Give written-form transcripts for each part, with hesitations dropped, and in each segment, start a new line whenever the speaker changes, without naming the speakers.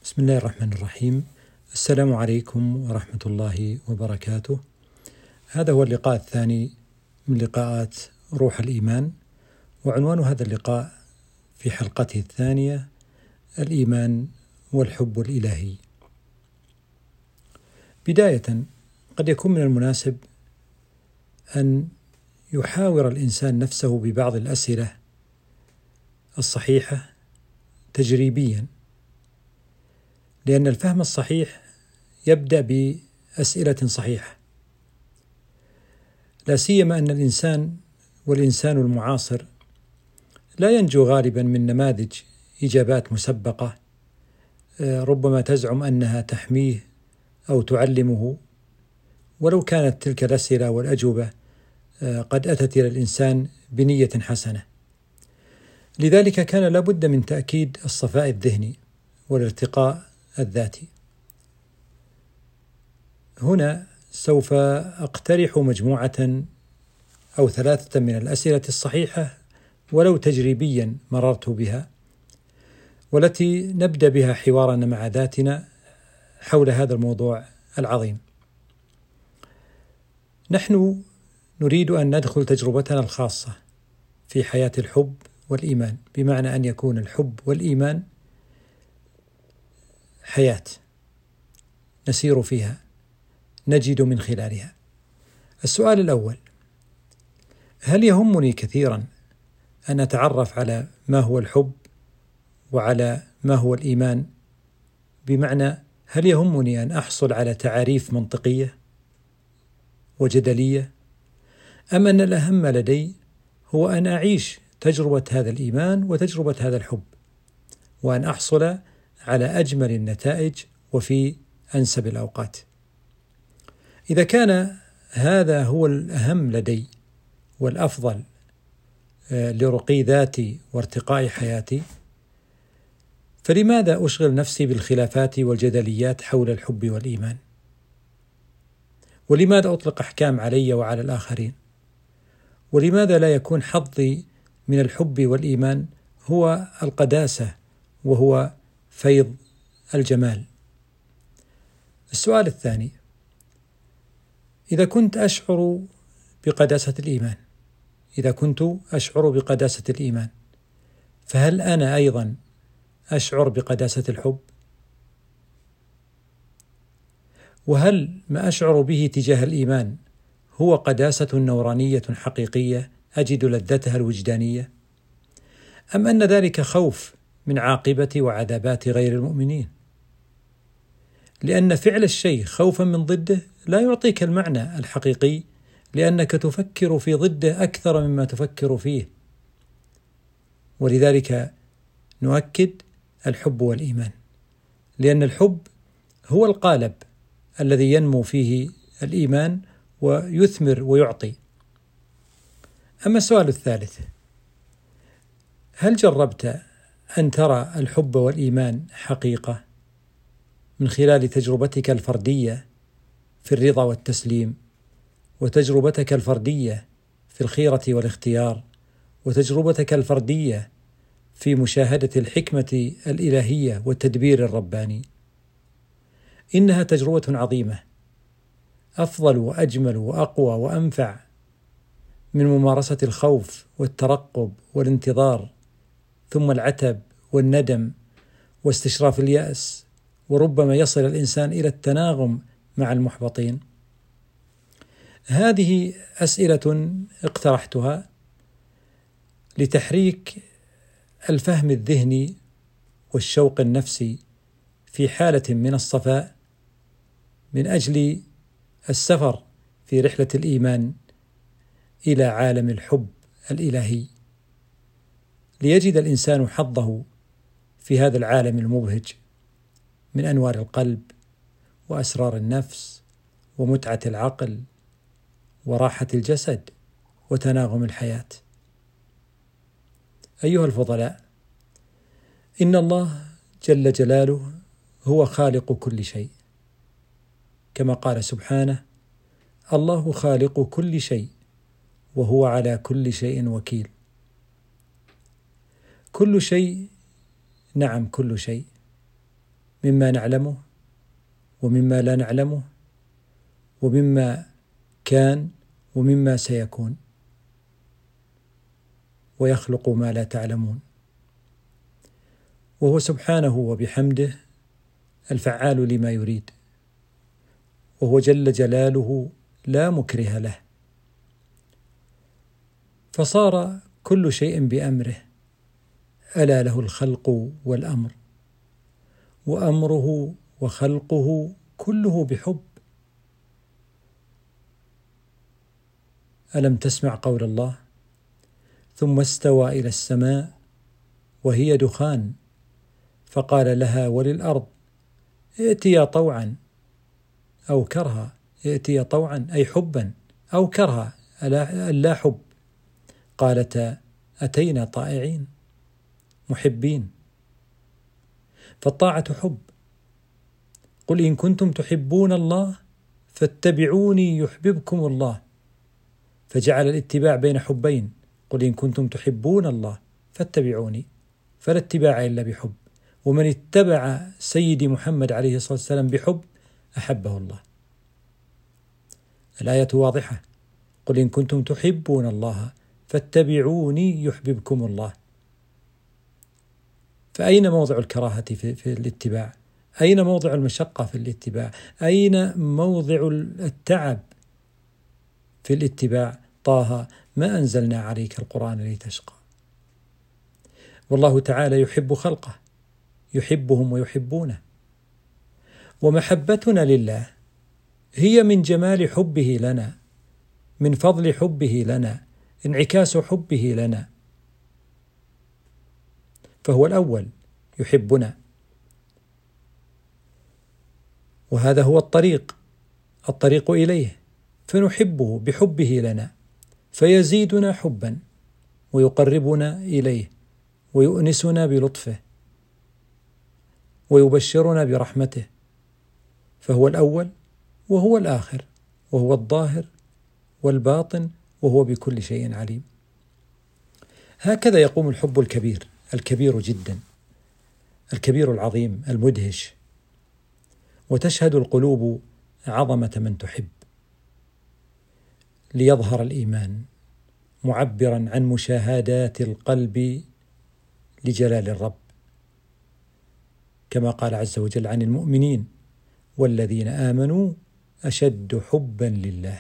بسم الله الرحمن الرحيم. السلام عليكم ورحمة الله وبركاته. هذا هو اللقاء الثاني من لقاءات روح الإيمان، وعنوان هذا اللقاء في حلقته الثانية الإيمان والحب الإلهي. بداية، قد يكون من المناسب أن يحاور الإنسان نفسه ببعض الأسئلة الصحيحة تجريبيا، لأن الفهم الصحيح يبدأ بأسئلة صحيحة، لا سيما أن الإنسان المعاصر لا ينجو غالبا من نماذج إجابات مسبقة ربما تزعم أنها تحميه أو تعلمه، ولو كانت تلك الأسئلة والأجوبة قد أتت إلى الإنسان بنية حسنة. لذلك كان لابد من تأكيد الصفاء الذهني والارتقاء الذاتي. هنا سوف أقترح مجموعة أو 3 من الأسئلة الصحيحة ولو تجريبيا مررت بها، والتي نبدأ بها حوارنا مع ذاتنا حول هذا الموضوع العظيم. نحن نريد أن ندخل تجربتنا الخاصة في حياة الحب والإيمان، بمعنى أن يكون الحب والإيمان حياة نسير فيها نجد من خلالها. السؤال الأول: هل يهمني كثيرا أن أتعرف على ما هو الحب وعلى ما هو الإيمان؟ بمعنى، هل يهمني أن أحصل على تعاريف منطقية وجدلية، أم أن الأهم لدي هو أن أعيش تجربة هذا الإيمان وتجربة هذا الحب، وأن أحصل على أجمل النتائج وفي أنسب الأوقات؟ إذا كان هذا هو الأهم لدي والأفضل لرقي ذاتي وارتقاء حياتي، فلماذا أشغل نفسي بالخلافات والجدليات حول الحب والإيمان؟ ولماذا أطلق أحكام علي وعلى الآخرين؟ ولماذا لا يكون حظي من الحب والإيمان هو القداسة وهو فيض الجمال؟ السؤال الثاني: إذا كنت أشعر بقداسة الإيمان، فهل أنا أيضا أشعر بقداسة الحب؟ وهل ما أشعر به تجاه الإيمان هو قداسة نورانية حقيقية أجد لذتها الوجدانية، أم أن ذلك خوف من عاقبة وعذابات غير المؤمنين؟ لأن فعل الشيء خوفا من ضده لا يعطيك المعنى الحقيقي، لأنك تفكر في ضده أكثر مما تفكر فيه. ولذلك نؤكد الحب والإيمان، لأن الحب هو القالب الذي ينمو فيه الإيمان ويثمر ويعطي. أما السؤال الثالث: هل جربت أن ترى الحب والإيمان حقيقة من خلال تجربتك الفردية في الرضا والتسليم، وتجربتك الفردية في الخيرة والاختيار، وتجربتك الفردية في مشاهدة الحكمة الإلهية والتدبير الرباني؟ إنها تجربة عظيمة، أفضل وأجمل وأقوى وأنفع من ممارسة الخوف والترقب والانتظار، ثم العتب والندم واستشراف اليأس، وربما يصل الإنسان إلى التناغم مع المحبطين. هذه أسئلة اقترحتها لتحريك الفهم الذهني والشوق النفسي في حالة من الصفاء، من أجل السفر في رحلة الإيمان إلى عالم الحب الإلهي، ليجد الإنسان حظه في هذا العالم المبهج من أنوار القلب وأسرار النفس ومتعة العقل وراحة الجسد وتناغم الحياة. أيها الفضلاء، إن الله جل جلاله هو خالق كل شيء، كما قال سبحانه: الله خالق كل شيء وهو على كل شيء وكيل. كل شيء، نعم كل شيء، مما نعلمه ومما لا نعلمه ومما كان ومما سيكون، ويخلق ما لا تعلمون، وهو سبحانه وبحمده الفعال لما يريد، وهو جل جلاله لا مكره له، فصار كل شيء بأمره، ألا له الخلق والأمر، وأمره وخلقه كله بحب. ألم تسمع قول الله: ثم استوى إلى السماء وهي دخان فقال لها وللأرض ائتيا طوعا أو كرها، ائتيا طوعا أي حبا أو كرها لا حب، قالتا أتينا طائعين محبين، فالطاعة حب. قل إن كنتم تحبون الله فاتبعوني يحببكم الله، فجعل الاتباع بين حبين، قل إن كنتم تحبون الله فاتبعوني، فلا اتباع إلا بحب، ومن اتبع سيدي محمد عليه الصلاة والسلام بحب أحبه الله. الآية واضحة: قل إن كنتم تحبون الله فاتبعوني يحببكم الله. فأين موضع الكراهة في الاتباع؟ أين موضع المشقة في الاتباع؟ أين موضع التعب في الاتباع؟ طه: ما أنزلنا عليك القرآن لتشقى. والله تعالى يحب خلقه، يحبهم ويحبونه، ومحبتنا لله هي من جمال حبه لنا، من فضل حبه لنا، انعكاس حبه لنا، فهو الأول يحبنا، وهذا هو الطريق إليه، فنحبه بحبه لنا فيزيدنا حبا ويقربنا إليه ويؤنسنا بلطفه ويبشرنا برحمته، فهو الأول وهو الآخر وهو الظاهر والباطن وهو بكل شيء عليم. هكذا يقوم الحب الكبير جدا، الكبير العظيم المدهش، وتشهد القلوب عظمة من تحب، ليظهر الإيمان معبرا عن مشاهدات القلب لجلال الرب، كما قال عز وجل عن المؤمنين: والذين آمنوا أشد حبا لله.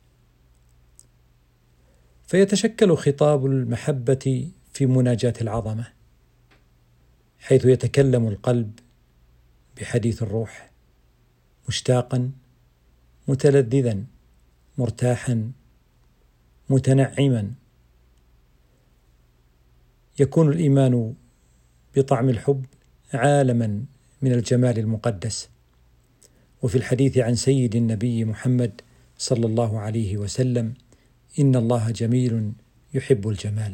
فيتشكل خطاب المحبة في مناجاة العظمة، حيث يتكلم القلب بحديث الروح، مشتاقا متلذذا مرتاحا متنعما. يكون الإيمان بطعم الحب عالما من الجمال المقدس. وفي الحديث عن سيد النبي محمد صلى الله عليه وسلم: إن الله جميل يحب الجمال.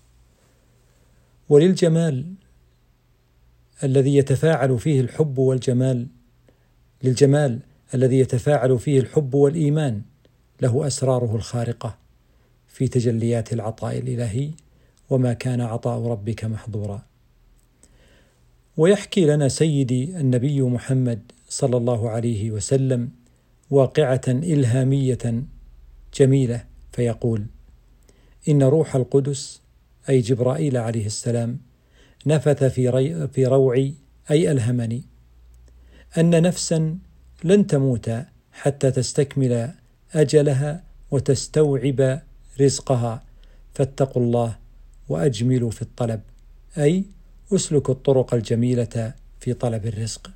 وللجمال الذي يتفاعل فيه الحب والجمال، للجمال الذي يتفاعل فيه الحب والإيمان، له أسراره الخارقة في تجليات العطاء الإلهي، وما كان عطاء ربك محظورا. ويحكي لنا سيدي النبي محمد صلى الله عليه وسلم واقعة إلهامية جميلة، فيقول: إن روح القدس أي جبرائيل عليه السلام نفث في روعي أي ألهمني أن نفسا لن تموت حتى تستكمل أجلها وتستوعب رزقها، فاتقوا الله وأجملوا في الطلب، أي أسلكوا الطرق الجميلة في طلب الرزق.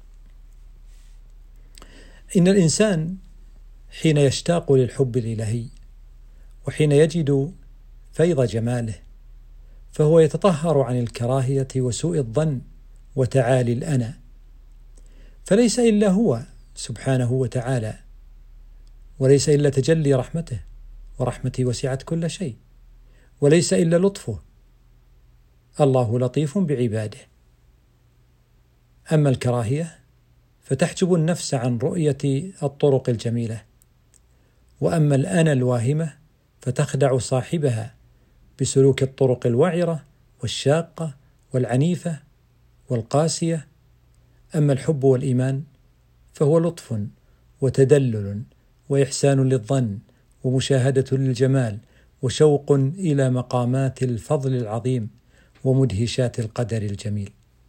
إن الإنسان حين يشتاق للحب الإلهي وحين يجد فيض جماله فهو يتطهر عن الكراهية وسوء الظن وتعالي الأنا، فليس إلا هو سبحانه وتعالى، وليس إلا تجلي رحمته، ورحمتي وسعت كل شيء، وليس إلا لطفه، الله لطيف بعباده. أما الكراهية فتحجب النفس عن رؤية الطرق الجميلة، وأما الأنا الواهمة فتخدع صاحبها بسلوك الطرق الوعرة والشاقة والعنيفة والقاسية أما الحب والإيمان فهو لطف وتدلل وإحسان للظن ومشاهدة للجمال وشوق إلى مقامات الفضل العظيم ومدهشات القدر الجميل.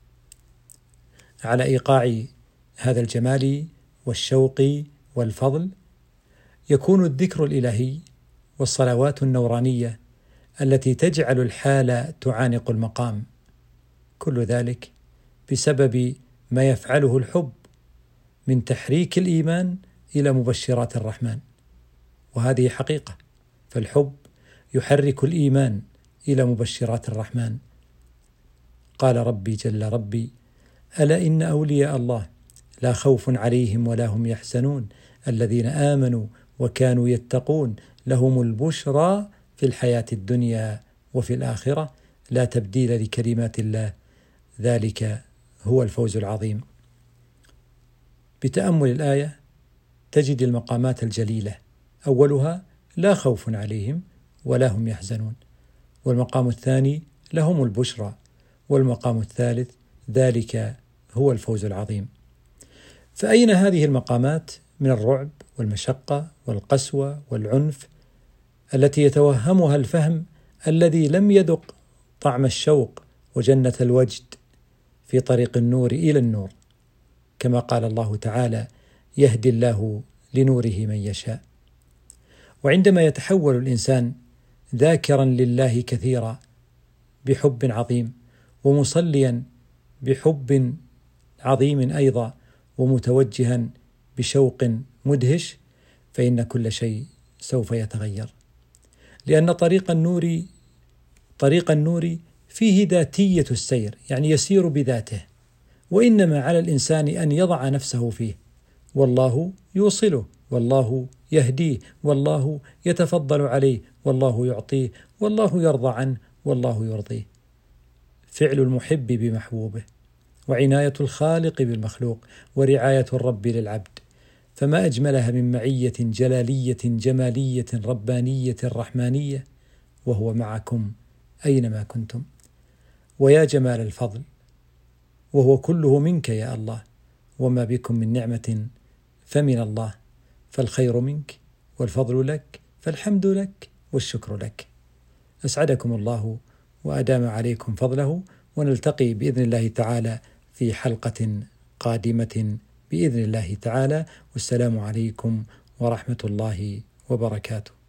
على إيقاع هذا الجمال والشوق والفضل يكون الذكر الإلهي والصلوات النورانية التي تجعل الحال تعانق المقام، كل ذلك بسبب ما يفعله الحب من تحريك الإيمان إلى مبشرات الرحمن، وهذه حقيقة، فالحب يحرك الإيمان إلى مبشرات الرحمن. قال ربي جل ربي: ألا إن أولياء الله لا خوف عليهم ولا هم يحزنون الذين آمنوا وكانوا يتقون لهم البشرى في الحياة الدنيا وفي الآخرة لا تبديل لكلمات الله ذلك هو الفوز العظيم. بتأمل الآية تجد المقامات الجليلة، أولها لا خوف عليهم ولا هم يحزنون، والمقام الثاني لهم البشرى، والمقام الثالث ذلك هو الفوز العظيم. فأين هذه المقامات من الرعب والمشقة والقسوة والعنف التي يتوهمها الفهم الذي لم يذق طعم الشوق وجنة الوجد في طريق النور إلى النور، كما قال الله تعالى: يهدي الله لنوره من يشاء. وعندما يتحول الإنسان ذاكرا لله كثيرا بحب عظيم، ومصليا بحب عظيم أيضا، ومتوجها بشوق مدهش، فإن كل شيء سوف يتغير، لأن طريق النور فيه ذاتية السير، يعني يسير بذاته، وإنما على الإنسان أن يضع نفسه فيه، والله يوصله، والله يهديه، والله يتفضل عليه، والله يعطيه، والله يرضى عنه، والله يرضيه. فعل المحب بمحبوبه، وعناية الخالق بالمخلوق، ورعاية الرب للعبد، فما أجملها من معية جلالية جمالية ربانية رحمانية، وهو معكم أينما كنتم. ويا جمال الفضل، وهو كله منك يا الله، وما بكم من نعمة فمن الله، فالخير منك والفضل لك، فالحمد لك والشكر لك. أسعدكم الله وأدام عليكم فضله، ونلتقي بإذن الله تعالى في حلقة قادمة بإذن الله تعالى، والسلام عليكم ورحمة الله وبركاته.